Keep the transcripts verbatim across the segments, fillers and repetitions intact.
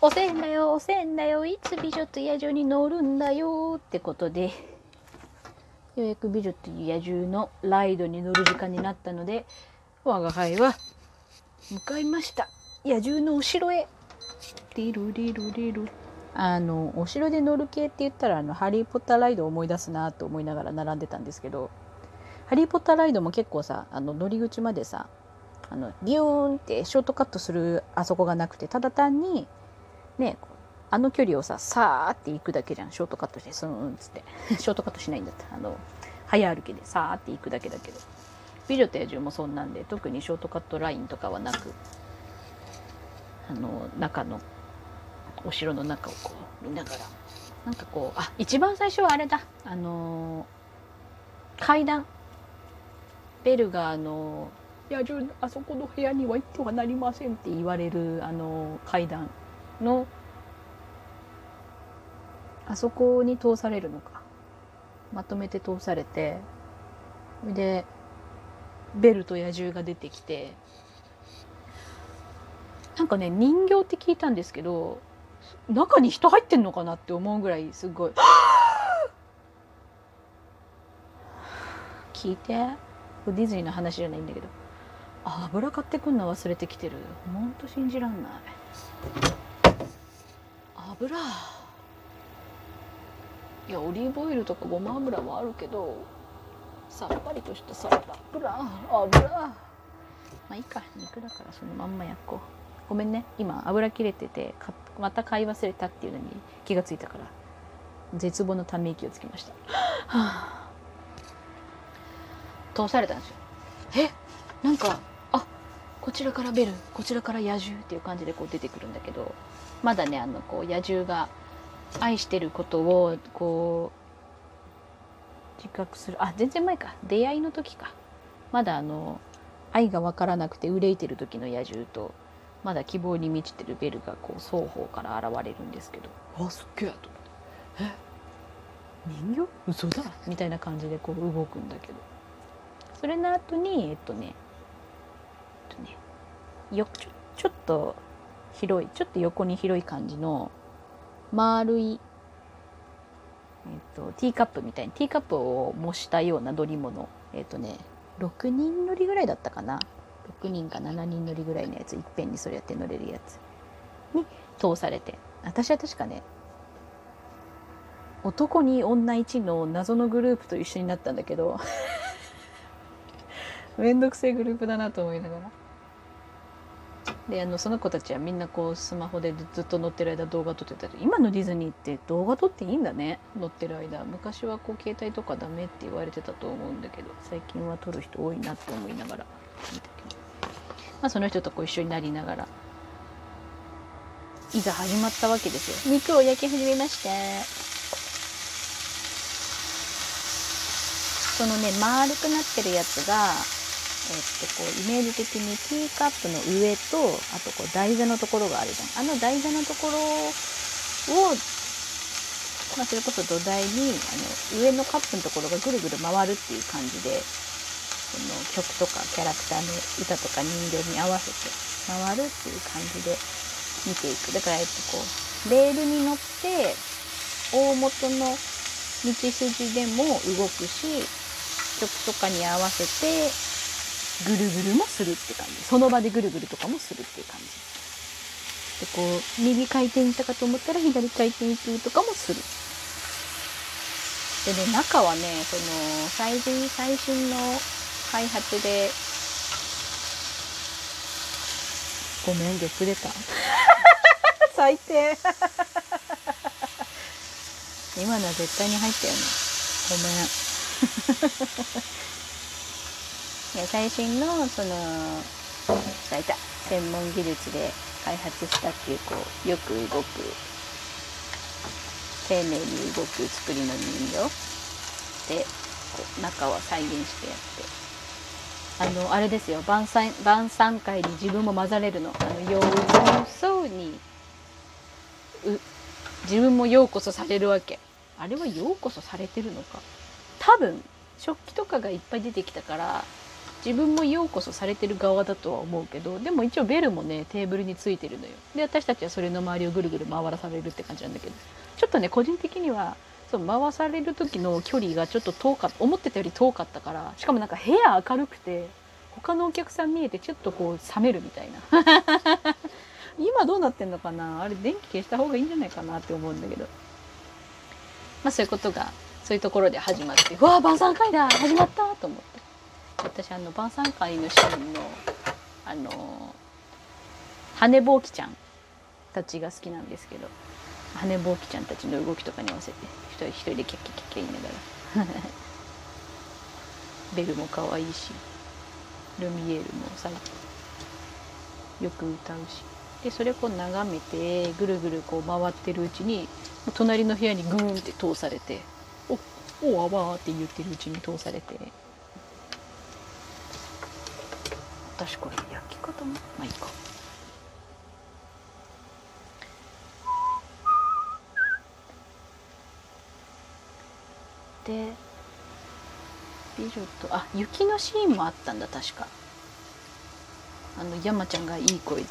遅えんだよ遅えんだよ、いつ美女と野獣に乗るんだよってことで、ようやく美女と野獣のライドに乗る時間になったので、我が輩は向かいました。野獣のお城へ。リルリルリル。あのお城で乗る系って言ったらあのハリー・ポッターライドを思い出すなと思いながら並んでたんですけど、ハリー・ポッターライドも結構さ、あの乗り口までさ、あのビューンってショートカットするあそこがなくて、ただ単にね、あの距離をささーって行くだけじゃん。ショートカットしてスーンっつってショートカットしないんだって、あの早歩きでさーって行くだけだけど、美女と野獣もそんなんで特にショートカットラインとかはなく、あの中のお城の中をこう見ながら、なんかこう、あ、一番最初はあれだ、あのー、階段、ベルがあのー、野獣あそこの部屋には行ってはなりませんって言われるあのー、階段のあそこに通されるのか、まとめて通されて、でベルと野獣が出てきて、なんかね人形って聞いたんですけど、中に人入ってんのかなって思うぐらいすごい聞いて、ディズニーの話じゃないんだけど、あ、油買ってくんの忘れてきてる。ほんと信じらんない。油、いやオリーブオイルとかごま油はあるけど、さっぱりとしたさ油油、まあいいか、肉だからそのまんま焼こう。ごめんね、今油切れててまた買い忘れたっていうのに気がついたから絶望のため息をつきました。はあ、通されたんですよ。え、なんか、あ、こちらからベル、こちらから野獣っていう感じでこう出てくるんだけど、まだね、あのこう野獣が愛してることをこう自覚する、あ、全然前か、出会いの時か、まだあの愛が分からなくて憂いてる時の野獣と、まだ希望に満ちてるベルがこう双方から現れるんですけど、あ、すっげえと思って、え、人形、嘘だみたいな感じでこう動くんだけど、それの後にえっとね、えっとねよちょちょっと広い、ちょっと横に広い感じの丸い、えっと、ティーカップみたいに、ティーカップを模したような乗り物、えっとねろくにん乗りぐらいだったかな、ろくにんかしちにん乗りぐらいのやつ、いっぺんにそれやって乗れるやつに通されて、私は確かね男に女いちの謎のグループと一緒になったんだけどめんどくせえグループだなと思いながら、であのその子たちはみんなこうスマホでずっと乗ってる間動画撮ってたり、今のディズニーって動画撮っていいんだね、乗ってる間。昔はこう携帯とかダメって言われてたと思うんだけど、最近は撮る人多いなって思いながら見たけど、まあその人とこう一緒になりながら、いざ始まったわけですよ。肉を焼き始めました。そのね丸くなってるやつが、えっとこうイメージ的にティーカップの上と、あとこう台座のところがあるじゃん。あの台座のところを、まあ、それこそ土台にあの上のカップのところがぐるぐる回るっていう感じで、その曲とかキャラクターの歌とか人形に合わせて回るっていう感じで見ていく。だから、えっと、こうレールに乗って大元の道筋でも動くし、曲とかに合わせてぐるぐるもするって感じ、その場でぐるぐるとかもするっていう感じで、こう右回転したかと思ったら左回転するとかもする。でね、中はね、その最新最新の開発で、ごめんゲップ出た最低今のは絶対に入ったよね、ごめんいや、最新のそのさいた専門技術で開発したっていう、こうよく動く丁寧に動く作りの人形で、こう中は再現してやって、あのあれですよ、晩餐晩餐会に自分も混ざれるの。あのよそうにう自分もようこそされるわけ。あれはようこそされてるのか、多分食器とかがいっぱい出てきたから自分もようこそされてる側だとは思うけど、でも一応ベルもねテーブルについてるのよ。で私たちはそれの周りをぐるぐる回らされるって感じなんだけど、ちょっとね個人的にはそう回される時の距離がちょっと遠かった、思ってたより遠かったから、しかもなんか部屋明るくて他のお客さん見えてちょっとこう冷めるみたいな今どうなってんのかな、あれ電気消した方がいいんじゃないかなって思うんだけど、まあそういうことがそういうところで始まって、うわー晩餐会だ始まったと思って、私あの晩餐会のシーンのあの羽ぼうきちゃんたちが好きなんですけど、羽ぼうきちゃんたちの動きとかに合わせて一人一人でキャッキャキャッキャ言いながらベルも可愛いし、ルミエールも最近よく歌うし、でそれをこう眺めてぐるぐるこう回ってるうちに隣の部屋にグーンって通されて、おおわわーって言ってるうちに通されて、私これ焼き方もまあいいか。で美女とあ雪のシーンもあったんだ確か。あの山ちゃんがいい声で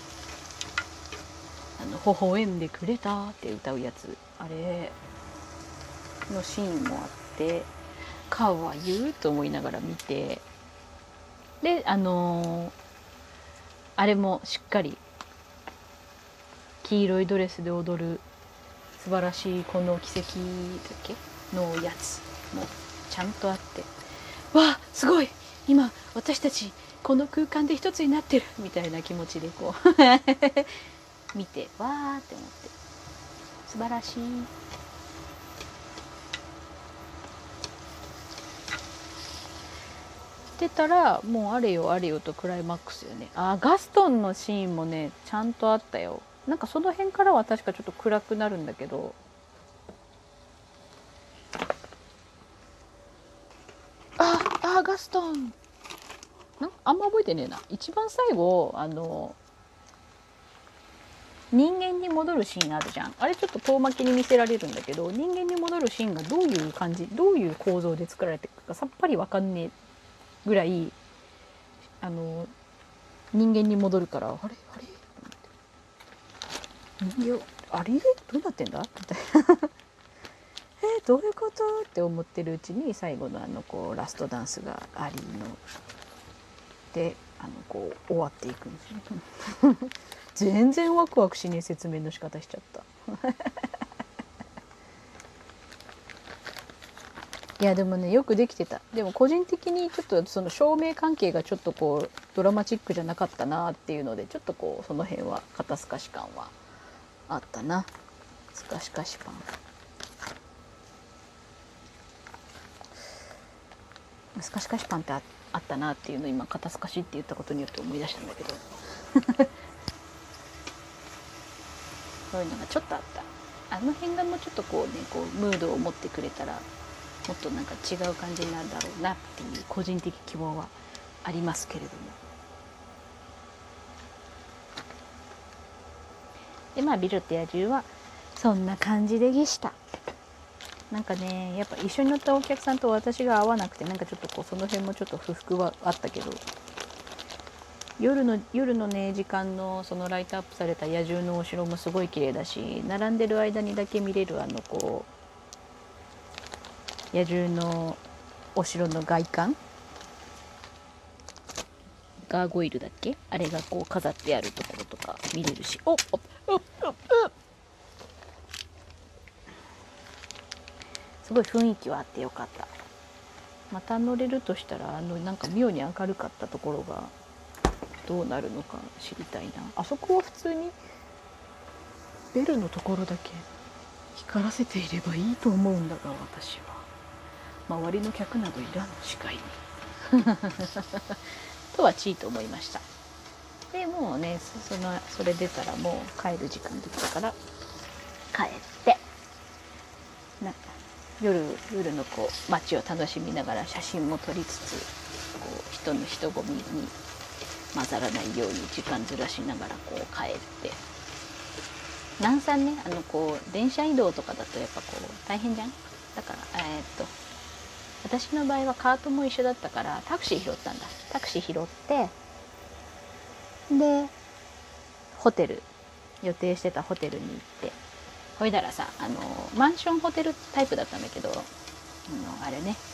あの微笑んでくれたって歌うやつ、あれのシーンもあって、かわゆうと思いながら見て、であのー、あれもしっかり黄色いドレスで踊る素晴らしいこの奇跡だっけのやつもちゃんとあって、わあすごい今私たちこの空間で一つになってるみたいな気持ちでこう見てわーって思って、素晴らしい。してたらもうあれよあれよとクライマックスよね。あガストンのシーンもねちゃんとあったよ。なんかその辺からは確かちょっと暗くなるんだけど、ああガストンなんあんま覚えてねえな。一番最後あの人間に戻るシーンあるじゃん。あれちょっと遠巻きに見せられるんだけど、人間に戻るシーンがどういう感じどういう構造で作られてるかさっぱりわかんねえぐらいあの人間に戻るから、あれあれ人形あれどうなってんだみたいなえー、どういうことって思ってるうちに最後のあのこうラストダンスがアリーのであのこう終わっていくんですよ全然ワクワクしねえ説明の仕方しちゃったいやでもねよくできてた。でも個人的にちょっとその照明関係がちょっとこうドラマチックじゃなかったなっていうので、ちょっとこうその辺は肩透かし感はあったな。スカシカシパンスカシカシパンってああったなっていうのを今肩透かしって言ったことによって思い出したんだけどそういうのがちょっとあった。あの辺がもうちょっとこうねこうムードを持ってくれたらもっとなんか違う感じになるだろうなっていう個人的希望はありますけれども。でまあ美女と野獣はそんな感じでした。なんかねやっぱ一緒に乗ったお客さんと私が合わなくて、なんかちょっとこうその辺もちょっと不服はあったけど、夜の夜のね時間のそのライトアップされた野獣のお城もすごい綺麗だし、並んでる間にだけ見れるあのこう野獣のお城の外観ガーゴイルだっけあれがこう飾ってあるところとか見れるし、おっおっおっおっすごい雰囲気はあってよかった。また乗れるとしたらあのなんか妙に明るかったところがどうなるのか知りたいな。あそこは普通にベルのところだけ光らせていればいいと思うんだが、私は周りの客などいらぬ視界にとはちいと思いました。でもうねそのそれ出たらもう帰る時間だったから帰ってな夜夜のこう街を楽しみながら写真も撮りつつ、こう人の人混みに混ざらないように時間ずらしながらこう帰って、南山ねあのこう電車移動とかだとやっぱこう大変じゃん。だからえー、っと私の場合はカートも一緒だったからタクシー拾ったんだ。タクシー拾ってでホテル予定してたホテルに行って、ほいだらさ、あのマンションホテルタイプだったんだけど、あのあれね、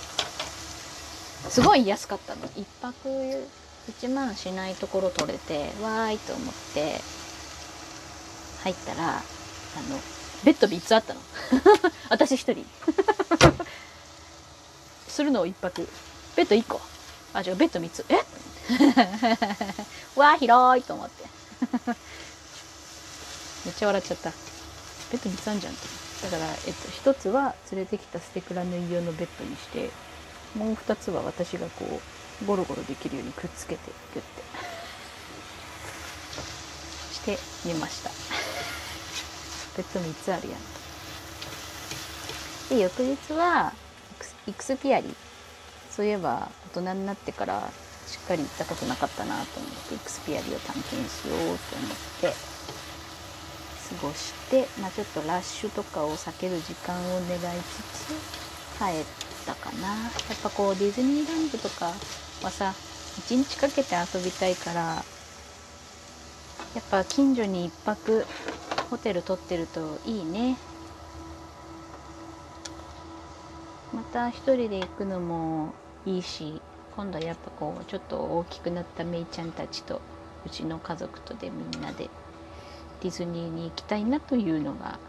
すごい安かったの。いっぱくいちまんしないところ取れて、わーいと思って入ったら、あのベッドみっつあったの私一人するのをいっぱく、ベッドいっこ、あ違うベッドみっつ、えわー広いと思ってめっちゃ笑っちゃった。ベッドみっつあんじゃんって。だから、えっと、ひとつは連れてきたステクラ縫い用のベッドにして、もうふたつは私がこうゴロゴロできるようにくっつけてギュッてして寝ましたベッドみっつあるやん。で翌日はイクスピアリ、そういえば大人になってからしっかり行ったことなかったなと思ってイクスピアリを探検しようと思って過ごして、まあ、ちょっとラッシュとかを避ける時間を狙いつつ帰ったかな。やっぱこうディズニーランドとかはさ、いちにちかけて遊びたいから、やっぱ近所にいっぱくホテル取ってるといいね。また一人で行くのもいいし、今度はやっぱこうちょっと大きくなったメイちゃんたちとうちの家族とでみんなでディズニーに行きたいなというのが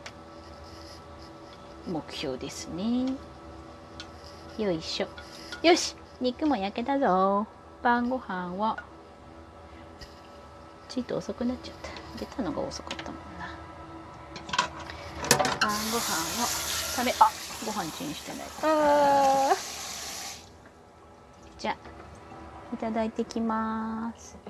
目標ですね。よいしょ。よし、肉も焼けたぞ。晩ご飯はちょっと遅くなっちゃった。出たのが遅かったもんな。晩ご飯を食べ、あ、ご飯チンしてない。あー、じゃあいただいてきます。